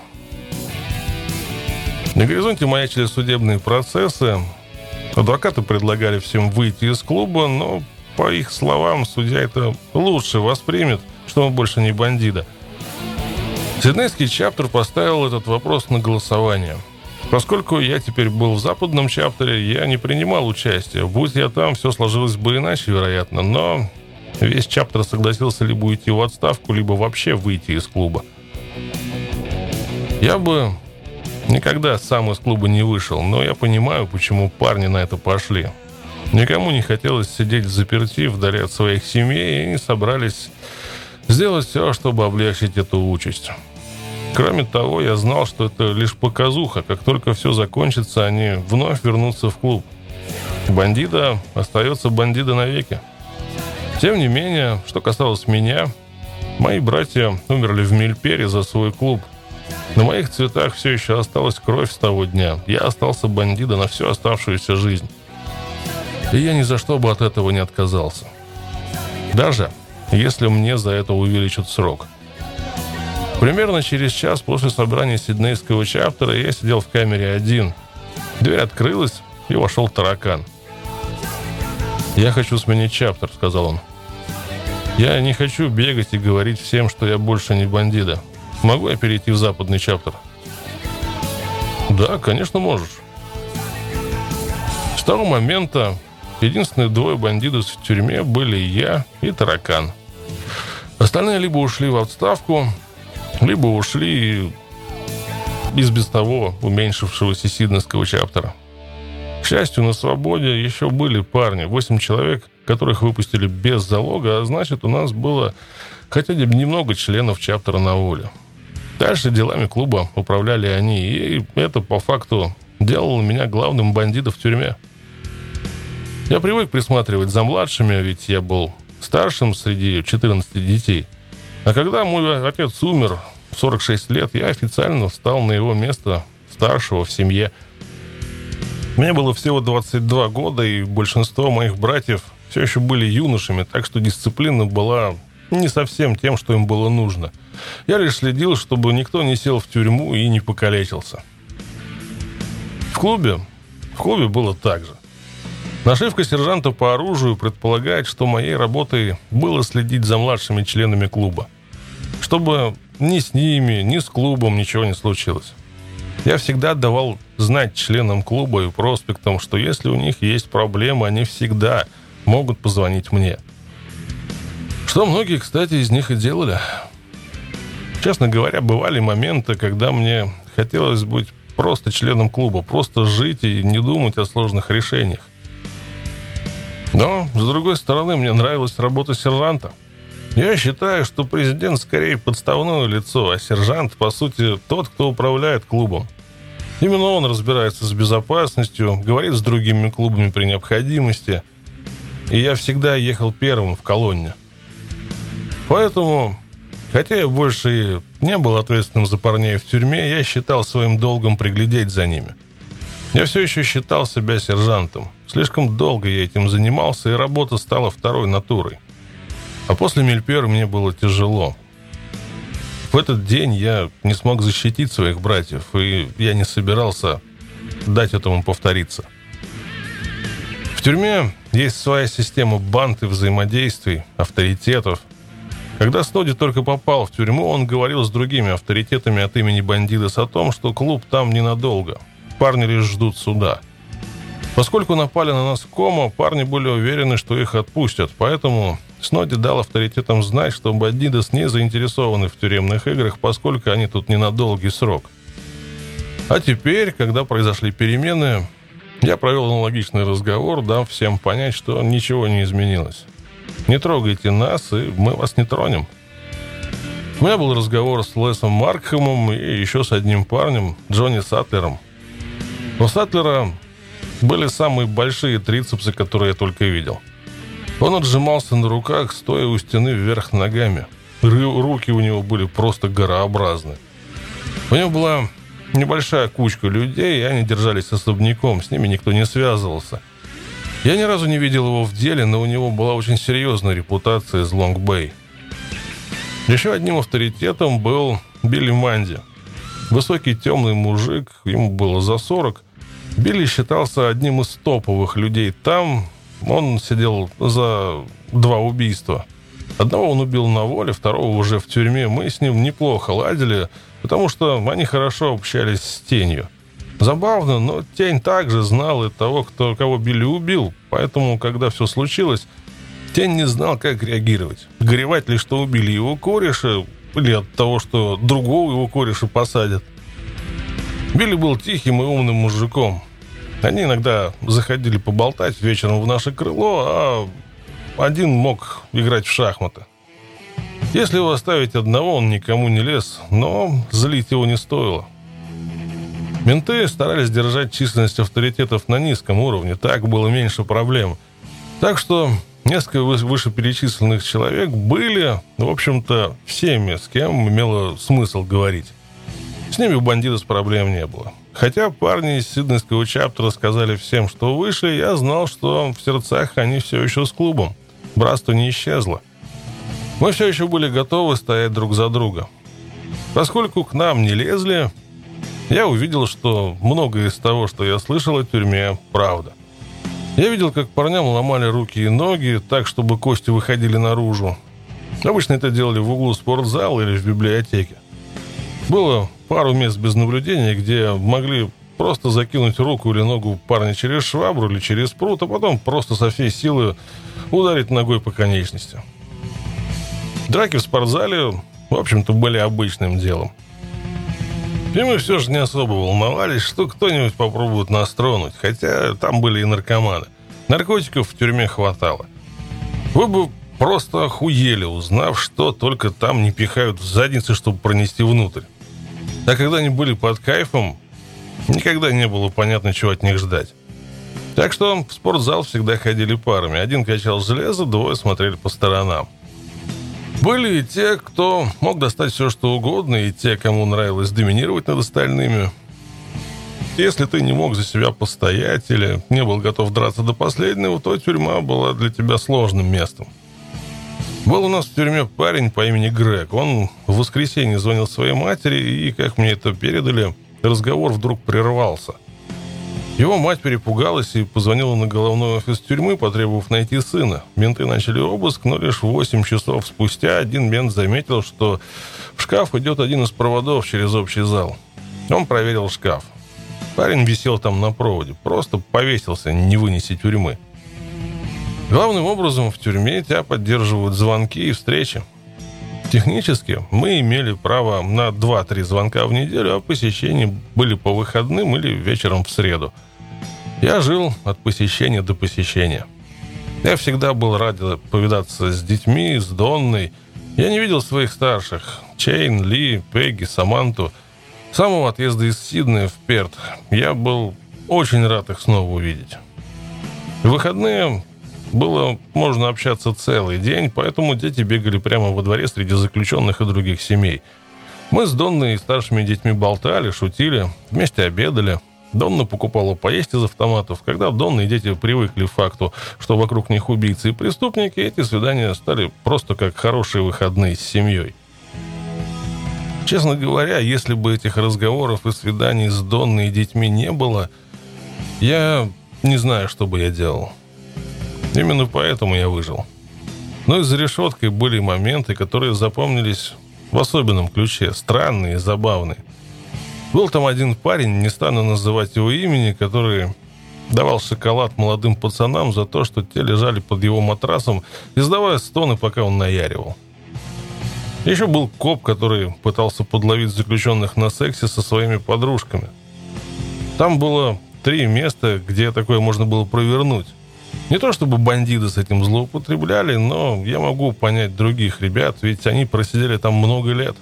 На горизонте маячили судебные процессы. Адвокаты предлагали всем выйти из клуба, но, по их словам, судья это лучше воспримет, что он больше не бандита. Сиднейский чаптер поставил этот вопрос на голосование. Поскольку я теперь был в западном чаптере, я не принимал участия. Будь я там, все сложилось бы иначе, вероятно. Но весь чаптер согласился либо уйти в отставку, либо вообще выйти из клуба. Я бы никогда сам из клуба не вышел, но я понимаю, почему парни на это пошли. Никому не хотелось сидеть взаперти вдали от своих семей, и они собрались сделать все, чтобы облегчить эту участь. Кроме того, я знал, что это лишь показуха. Как только все закончится, они вновь вернутся в клуб. Бандита остается бандита навеки. Тем не менее, что касалось меня, мои братья умерли в Мельпере за свой клуб. На моих цветах все еще осталась кровь с того дня. Я остался бандитом на всю оставшуюся жизнь. И я ни за что бы от этого не отказался. Даже если мне за это увеличат срок. Примерно через час после собрания сиднейского чаптера я сидел в камере один. Дверь открылась, и вошел таракан. «Я хочу сменить чаптер», — сказал он. «Я не хочу бегать и говорить всем, что я больше не бандита. Могу я перейти в западный чаптер?» «Да, конечно, можешь». С того момента единственные двое бандитов в тюрьме были я и таракан. Остальные либо ушли в отставку, либо ушли из без того уменьшившегося сиднейского чаптера. К счастью, на свободе еще были парни, 8 человек, которых выпустили без залога, а значит, у нас было хотя бы немного членов чаптера на воле. Дальше делами клуба управляли они, и это по факту делало меня главным бандитом в тюрьме. Я привык присматривать за младшими, ведь я был старшим среди 14 детей. А когда мой отец умер в 46 лет, я официально встал на его место старшего в семье. Мне было всего 22 года, и большинство моих братьев все еще были юношами, так что дисциплина была не совсем тем, что им было нужно. Я лишь следил, чтобы никто не сел в тюрьму и не покалечился. В клубе было так же. Нашивка сержанта по оружию предполагает, что моей работой было следить за младшими членами клуба, чтобы ни с ними, ни с клубом ничего не случилось. Я всегда давал знать членам клуба и проспектам, что если у них есть проблемы, они всегда могут позвонить мне. Что многие, кстати, из них и делали. Честно говоря, бывали моменты, когда мне хотелось быть просто членом клуба, просто жить и не думать о сложных решениях. Но, с другой стороны, мне нравилась работа сержанта. Я считаю, что президент скорее подставное лицо, а сержант, по сути, тот, кто управляет клубом. Именно он разбирается с безопасностью, говорит с другими клубами при необходимости. И я всегда ехал первым в колонне. Поэтому, хотя я больше и не был ответственным за парней в тюрьме, я считал своим долгом приглядеть за ними. Я все еще считал себя сержантом. Слишком долго я этим занимался, и работа стала второй натурой. А после Мильпера мне было тяжело. В этот день я не смог защитить своих братьев, и я не собирался дать этому повториться. В тюрьме есть своя система банд и взаимодействий, авторитетов. Когда Сноуди только попал в тюрьму, он говорил с другими авторитетами от имени Бандидос о том, что клуб там ненадолго. Парни лишь ждут суда. Поскольку напали на нас в Комо, парни были уверены, что их отпустят, поэтому Сноуди дал авторитетам знать, что Бандидос не заинтересованы в тюремных играх, поскольку они тут не на долгий срок. А теперь, когда произошли перемены, я провел аналогичный разговор, дав всем понять, что ничего не изменилось. Не трогайте нас, и мы вас не тронем. У меня был разговор с Лесом Маркхэмом и еще с одним парнем, Джонни Сатлером. У Сатлера были самые большие трицепсы, которые я только видел. Он отжимался на руках, стоя у стены вверх ногами. Руки у него были просто горообразны. У него была небольшая кучка людей, и они держались особняком, с ними никто не связывался. Я ни разу не видел его в деле, но у него была очень серьезная репутация из Лонг-Бэй. Еще одним авторитетом был Билли Манди. Высокий темный мужик, ему было за 40. Билли считался одним из топовых людей там. Он сидел за 2 убийства. Одного он убил на воле, второго уже в тюрьме. Мы с ним неплохо ладили, потому что они хорошо общались с Тенью. Забавно, но Тень также знал и того, кого Билли убил. Поэтому, когда все случилось, Тень не знал, как реагировать. Горевать ли, что убили его кореша, или от того, что другого его кореша посадят. Билли был тихим и умным мужиком. Они иногда заходили поболтать вечером в наше крыло, а один мог играть в шахматы. Если его оставить одного, он никому не лез, но злить его не стоило. Менты старались держать численность авторитетов на низком уровне, так было меньше проблем. Так что несколько вышеперечисленных человек были, в общем-то, всеми, с кем имело смысл говорить. С ними у Бандидос проблем не было. Хотя парни из Сиднейского чаптера сказали всем, что выше, я знал, что в сердцах они все еще с клубом. Братство не исчезло. Мы все еще были готовы стоять друг за друга. Поскольку к нам не лезли, я увидел, что многое из того, что я слышал о тюрьме, правда. Я видел, как парням ломали руки и ноги так, чтобы кости выходили наружу. Обычно это делали в углу спортзала или в библиотеке. Было пару мест без наблюдения, где могли просто закинуть руку или ногу парня через швабру или через прут, а потом просто со всей силы ударить ногой по конечности. Драки в спортзале, в общем-то, были обычным делом. И мы все же не особо волновались, что кто-нибудь попробует нас тронуть, хотя там были и наркоманы. Наркотиков в тюрьме хватало. Вы бы просто охуели, узнав, что только там не пихают в задницы, чтобы пронести внутрь. А когда они были под кайфом, никогда не было понятно, чего от них ждать. Так что в спортзал всегда ходили парами. Один качал железо, двое смотрели по сторонам. Были и те, кто мог достать все, что угодно, и те, кому нравилось доминировать над остальными. Если ты не мог за себя постоять или не был готов драться до последнего, то тюрьма была для тебя сложным местом. Был у нас в тюрьме парень по имени Грег. Он в воскресенье звонил своей матери, и, как мне это передали, разговор вдруг прервался. Его мать перепугалась и позвонила на головной офис тюрьмы, потребовав найти сына. Менты начали обыск, но лишь 8 часов спустя один мент заметил, что в шкаф идет один из проводов через общий зал. Он проверил шкаф. Парень висел там на проводе, просто повесился, не вынеся тюрьмы. Главным образом в тюрьме тебя поддерживают звонки и встречи. Технически мы имели право на 2-3 звонка в неделю, а посещения были по выходным или вечером в среду. Я жил от посещения до посещения. Я всегда был рад повидаться с детьми, с Донной. Я не видел своих старших – Чейн, Ли, Пегги, Саманту. С самого отъезда из Сиднея в Перт я был очень рад их снова увидеть. В выходные было можно общаться целый день, поэтому дети бегали прямо во дворе среди заключенных и других семей. Мы с Донной и старшими детьми болтали, шутили, вместе обедали. Донна покупала поесть из автоматов. Когда Донна и дети привыкли к факту, что вокруг них убийцы и преступники, эти свидания стали просто как хорошие выходные с семьей. Честно говоря, если бы этих разговоров и свиданий с Донной и детьми не было, я не знаю, что бы я делал. Именно поэтому я выжил. Но и за решеткой были моменты, которые запомнились в особенном ключе, странные и забавные. Был там один парень, не стану называть его имени, который давал шоколад молодым пацанам за то, что те лежали под его матрасом, издавая стоны, пока он наяривал. Еще был коп, который пытался подловить заключенных на сексе со своими подружками. Там было 3 места, где такое можно было провернуть. Не то чтобы бандиты с этим злоупотребляли, но я могу понять других ребят, ведь они просидели там много лет.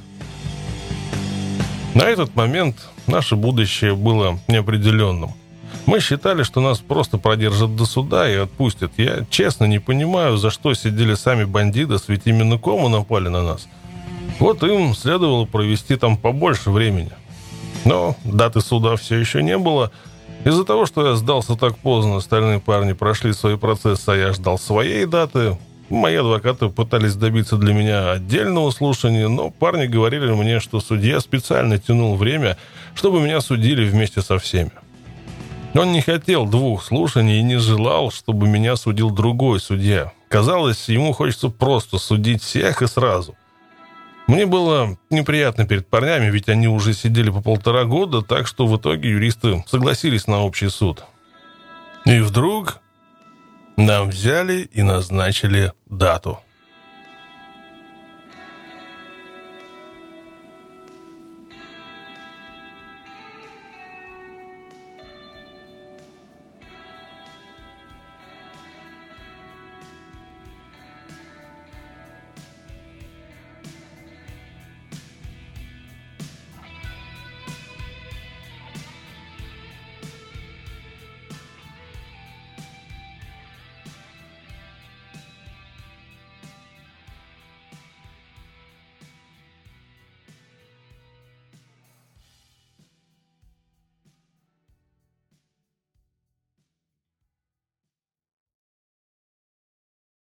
На этот момент наше будущее было неопределенным. Мы считали, что нас просто продержат до суда и отпустят. Я честно не понимаю, за что сидели сами бандиты, ведь именно кому напали на нас. Вот им следовало провести там побольше времени. Но даты суда все еще не было. Из-за того, что я сдался так поздно, остальные парни прошли свои процессы, а я ждал своей даты. Мои адвокаты пытались добиться для меня отдельного слушания, но парни говорили мне, что судья специально тянул время, чтобы меня судили вместе со всеми. Он не хотел 2 слушаний и не желал, чтобы меня судил другой судья. Казалось, ему хочется просто судить всех и сразу. Мне было неприятно перед парнями, ведь они уже сидели по 1,5 года, так что в итоге юристы согласились на общий суд. И вдруг нам взяли и назначили дату.